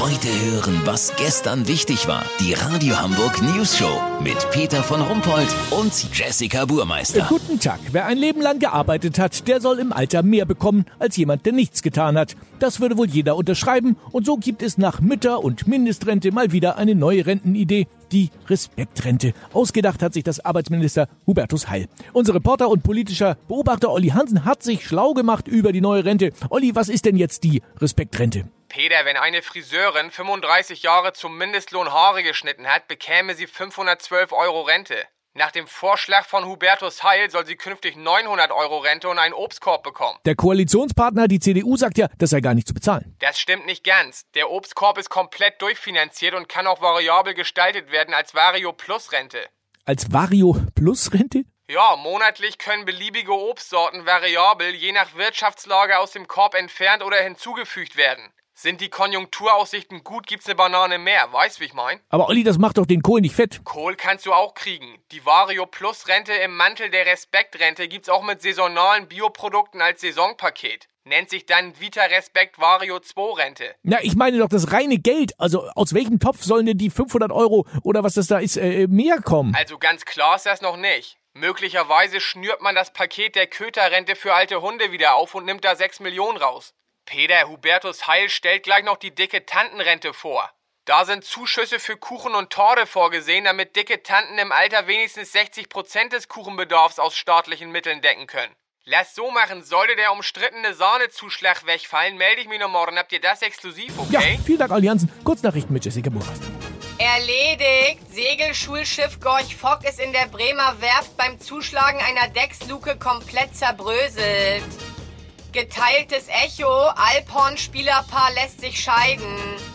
Heute hören, was gestern wichtig war. Die Radio Hamburg News Show mit Peter von Rumpold und Jessica Burmeister. Guten Tag. Wer ein Leben lang gearbeitet hat, der soll im Alter mehr bekommen als jemand, der nichts getan hat. Das würde wohl jeder unterschreiben. Und so gibt es nach Mütter- und Mindestrente mal wieder eine neue Rentenidee. Die Respektrente. Ausgedacht hat sich das Arbeitsminister Hubertus Heil. Unser Reporter und politischer Beobachter Olli Hansen hat sich schlau gemacht über die neue Rente. Olli, was ist denn jetzt die Respektrente? Peter, wenn eine Friseurin 35 Jahre zum Mindestlohn Haare geschnitten hat, bekäme sie 512 € Rente. Nach dem Vorschlag von Hubertus Heil soll sie künftig 900 € Rente und einen Obstkorb bekommen. Der Koalitionspartner, die CDU, sagt ja, das sei gar nicht zu bezahlen. Das stimmt nicht ganz. Der Obstkorb ist komplett durchfinanziert und kann auch variabel gestaltet werden als Vario-Plus-Rente. Als Vario-Plus-Rente? Ja, monatlich können beliebige Obstsorten variabel je nach Wirtschaftslage aus dem Korb entfernt oder hinzugefügt werden. Sind die Konjunkturaussichten gut, gibt's eine Banane mehr, weißt wie ich mein? Aber Olli, das macht doch den Kohl nicht fett. Kohl kannst du auch kriegen. Die Vario-Plus-Rente im Mantel der Respektrente gibt's auch mit saisonalen Bioprodukten als Saisonpaket. Nennt sich dann Vita Respekt Vario 2 Rente. Na, ich meine doch das reine Geld. Also aus welchem Topf sollen denn die 500 € oder was das da ist, mehr kommen? Also ganz klar ist das noch nicht. Möglicherweise schnürt man das Paket der Köterrente für alte Hunde wieder auf und nimmt da 6 Millionen raus. Peter, Hubertus Heil stellt gleich noch die dicke Tantenrente vor. Da sind Zuschüsse für Kuchen und Torte vorgesehen, damit dicke Tanten im Alter wenigstens 60% des Kuchenbedarfs aus staatlichen Mitteln decken können. Lass so machen, sollte der umstrittene Sahnezuschlag wegfallen, melde ich mich noch morgen. Habt ihr das exklusiv, okay? Ja, vielen Dank, Olli Hansen. Kurznachrichten mit Jessica Burmeister. Erledigt! Segelschulschiff Gorch Fock ist in der Bremer Werft beim Zuschlagen einer Decksluke komplett zerbröselt. Geteiltes Echo, Alphorn-Spielerpaar lässt sich scheiden.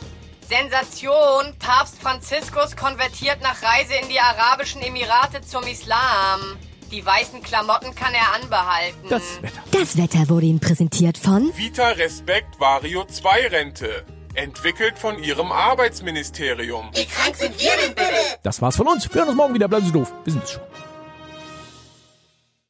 Sensation, Papst Franziskus konvertiert nach Reise in die Arabischen Emirate zum Islam. Die weißen Klamotten kann er anbehalten. Das Wetter wurde Ihnen präsentiert von Vita Respekt Vario 2 Rente. Entwickelt von Ihrem Arbeitsministerium. Wie krank sind wir denn bitte? Das war's von uns. Wir hören uns morgen wieder. Bleiben Sie doof. Wir sind es schon.